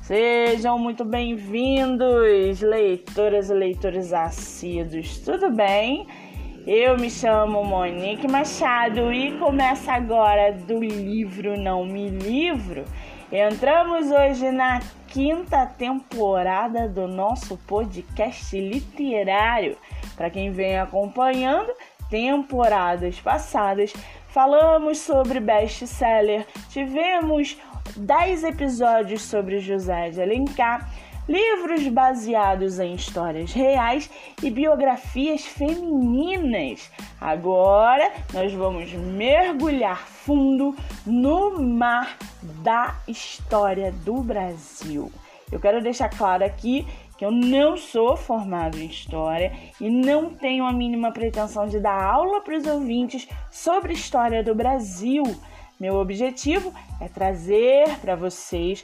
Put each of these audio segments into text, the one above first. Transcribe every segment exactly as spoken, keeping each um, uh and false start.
Sejam muito bem-vindos, leitoras e leitores assíduos, tudo bem? Eu me chamo Monique Machado e começa agora do livro Não Me Livro. Entramos hoje na quinta temporada do nosso podcast literário. Para quem vem acompanhando, temporadas passadas, falamos sobre best-seller, tivemos dez episódios sobre José de Alencar, livros baseados em histórias reais e biografias femininas. Agora nós vamos mergulhar fundo no mar da história do Brasil. Eu quero deixar claro aqui que eu não sou formado em História e não tenho a mínima pretensão de dar aula para os ouvintes sobre história do Brasil. Meu objetivo é trazer para vocês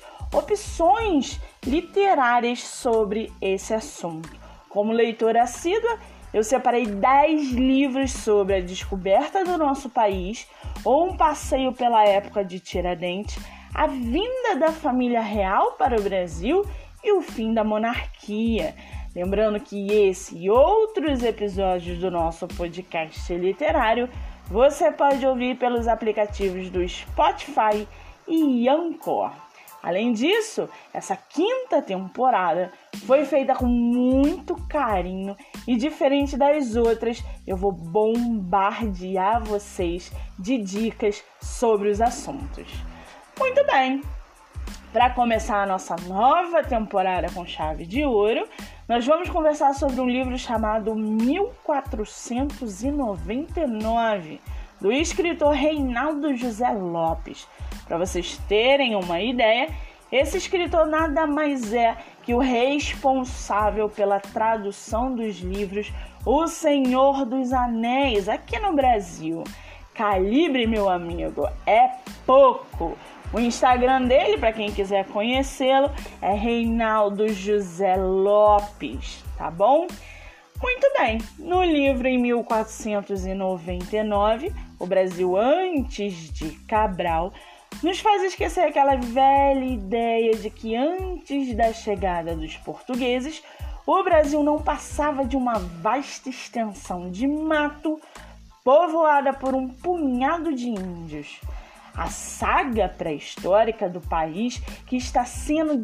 opções literárias sobre esse assunto. Como leitora assídua, eu separei dez livros sobre a descoberta do nosso país, ou um passeio pela época de Tiradentes, a vinda da família real para o Brasil e o fim da monarquia. Lembrando que esse e outros episódios do nosso podcast literário você pode ouvir pelos aplicativos do Spotify e Anchor. Além disso, essa quinta temporada foi feita com muito carinho e, diferente das outras, eu vou bombardear vocês de dicas sobre os assuntos. Muito bem! Para começar a nossa nova temporada com chave de ouro, nós vamos conversar sobre um livro chamado mil quatrocentos e noventa e nove, do escritor Reinaldo José Lopes. Para vocês terem uma ideia, esse escritor nada mais é que o responsável pela tradução dos livros O Senhor dos Anéis aqui no Brasil. Calibre, meu amigo, é pouco! O Instagram dele, para quem quiser conhecê-lo, é Reinaldo José Lopes, tá bom? Muito bem, no livro em mil quatrocentos e noventa e nove, O Brasil Antes de Cabral, nos faz esquecer aquela velha ideia de que antes da chegada dos portugueses, o Brasil não passava de uma vasta extensão de mato povoada por um punhado de índios. A saga pré-histórica do país, que está sendo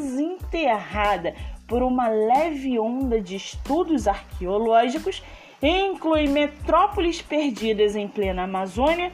desenterrada por uma leve onda de estudos arqueológicos, inclui metrópoles perdidas em plena Amazônia,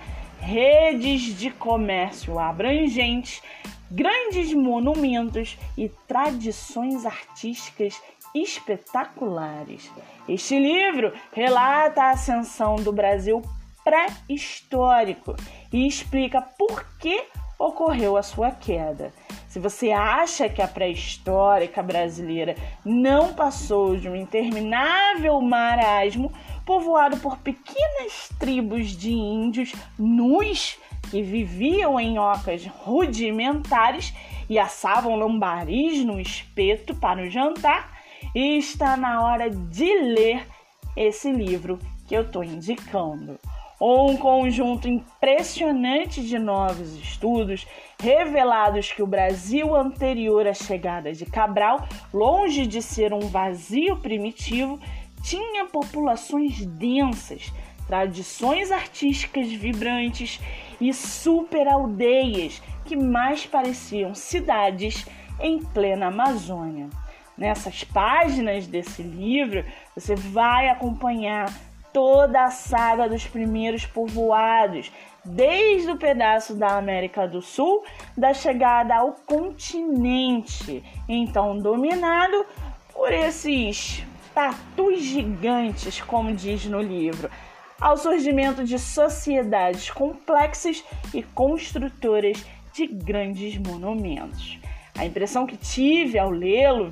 redes de comércio abrangentes, grandes monumentos e tradições artísticas espetaculares. Este livro relata a ascensão do Brasil pré-histórico e explica por que ocorreu a sua queda. Se você acha que a pré-histórica brasileira não passou de um interminável marasmo povoado por pequenas tribos de índios nus que viviam em ocas rudimentares e assavam lambaris no espeto para o jantar, está na hora de ler esse livro que eu estou indicando. Um conjunto impressionante de novos estudos revelados que o Brasil anterior à chegada de Cabral, longe de ser um vazio primitivo, tinha populações densas, tradições artísticas vibrantes e super-aldeias que mais pareciam cidades em plena Amazônia. Nessas páginas desse livro, você vai acompanhar toda a saga dos primeiros povoados, desde o pedaço da América do Sul, da chegada ao continente, então dominado por esses tatus gigantes, como diz no livro, ao surgimento de sociedades complexas e construtoras de grandes monumentos. A impressão que tive ao lê-lo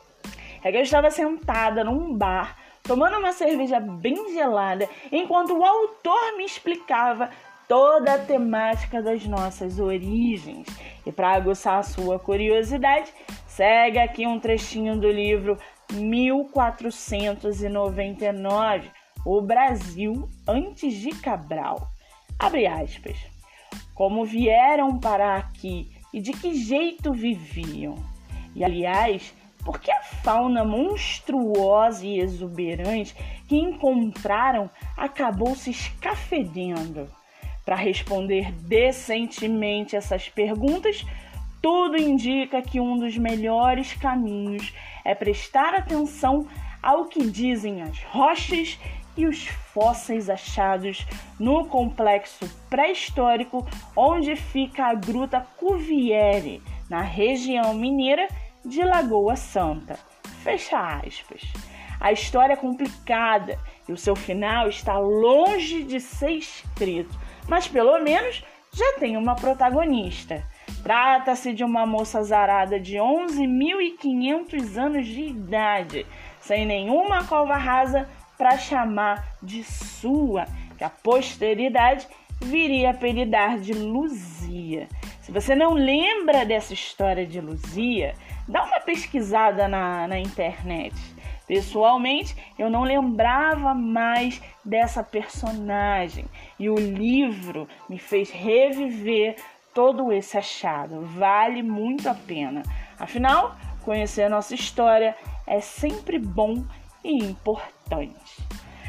é que eu estava sentada num bar, tomando uma cerveja bem gelada, enquanto o autor me explicava toda a temática das nossas origens. E para aguçar a sua curiosidade, segue aqui um trechinho do livro mil quatrocentos e noventa e nove, O Brasil Antes de Cabral. Abre aspas. Como vieram para aqui e de que jeito viviam? E, aliás, por que a fauna monstruosa e exuberante que encontraram acabou se escafedendo? Para responder decentemente essas perguntas, tudo indica que um dos melhores caminhos é prestar atenção ao que dizem as rochas e os fósseis achados no complexo pré-histórico onde fica a Gruta Cuvieri, na região mineira de Lagoa Santa. Fecha aspas. A história é complicada e o seu final está longe de ser escrito, mas pelo menos já tem uma protagonista. Trata-se de uma moça azarada de onze mil e quinhentos anos de idade, sem nenhuma cova rasa para chamar de sua, que a posteridade viria a apelidar de Luzia. Se você não lembra dessa história de Luzia, dá uma pesquisada na, na internet. Pessoalmente, eu não lembrava mais dessa personagem e o livro me fez reviver todo esse achado. Vale muito a pena. Afinal, conhecer a nossa história é sempre bom e importante.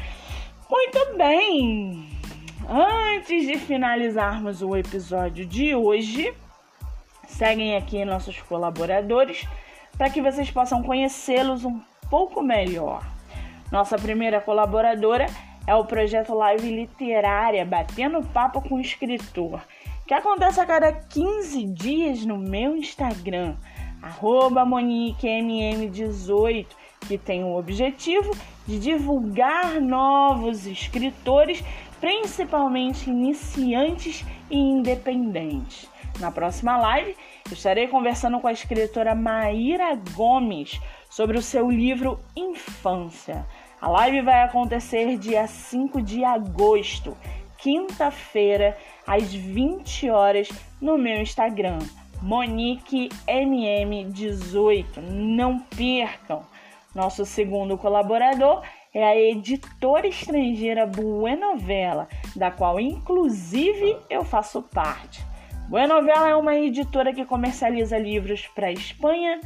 Muito bem! Antes de finalizarmos o episódio de hoje, seguem aqui nossos colaboradores para que vocês possam conhecê-los um pouco melhor. Nossa primeira colaboradora é o projeto Live Literária Batendo Papo com o Escritor, que acontece a cada quinze dias no meu Instagram, arroba Monique M M dezoito, que tem o objetivo de divulgar novos escritores, principalmente iniciantes e independentes. Na próxima live, eu estarei conversando com a escritora Maíra Gomes sobre o seu livro Infância. A live vai acontecer dia cinco de agosto, quinta-feira, às vinte horas, no meu Instagram, Monique M M dezoito. Não percam! Nosso segundo colaborador é a editora estrangeira Buenovela, da qual inclusive eu faço parte. Buenovela é uma editora que comercializa livros para Espanha,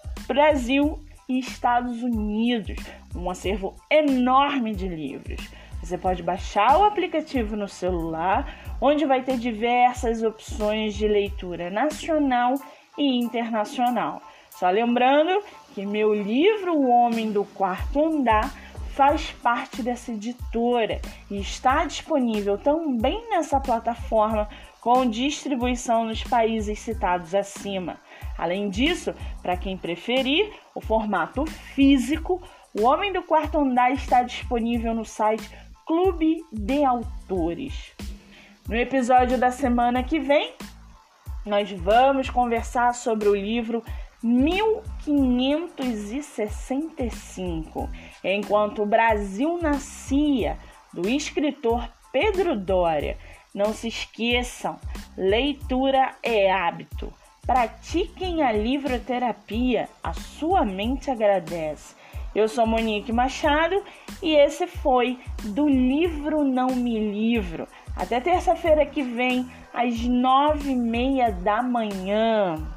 Brasil e Estados Unidos, um acervo enorme de livros. Você pode baixar o aplicativo no celular, onde vai ter diversas opções de leitura nacional e internacional. Só lembrando que meu livro O Homem do Quarto Andar faz parte dessa editora e está disponível também nessa plataforma com distribuição nos países citados acima. Além disso, para quem preferir o formato físico, O Homem do Quarto Andar está disponível no site Clube de Autores. No episódio da semana que vem, nós vamos conversar sobre o livro mil quinhentos e sessenta e cinco, Enquanto o Brasil Nascia, do escritor Pedro Doria. Não se esqueçam, leitura é hábito. Pratiquem a livroterapia, a sua mente agradece. Eu sou Monique Machado e esse foi do Livro Não Me Livro. Até terça-feira que vem, às nove e meia da manhã.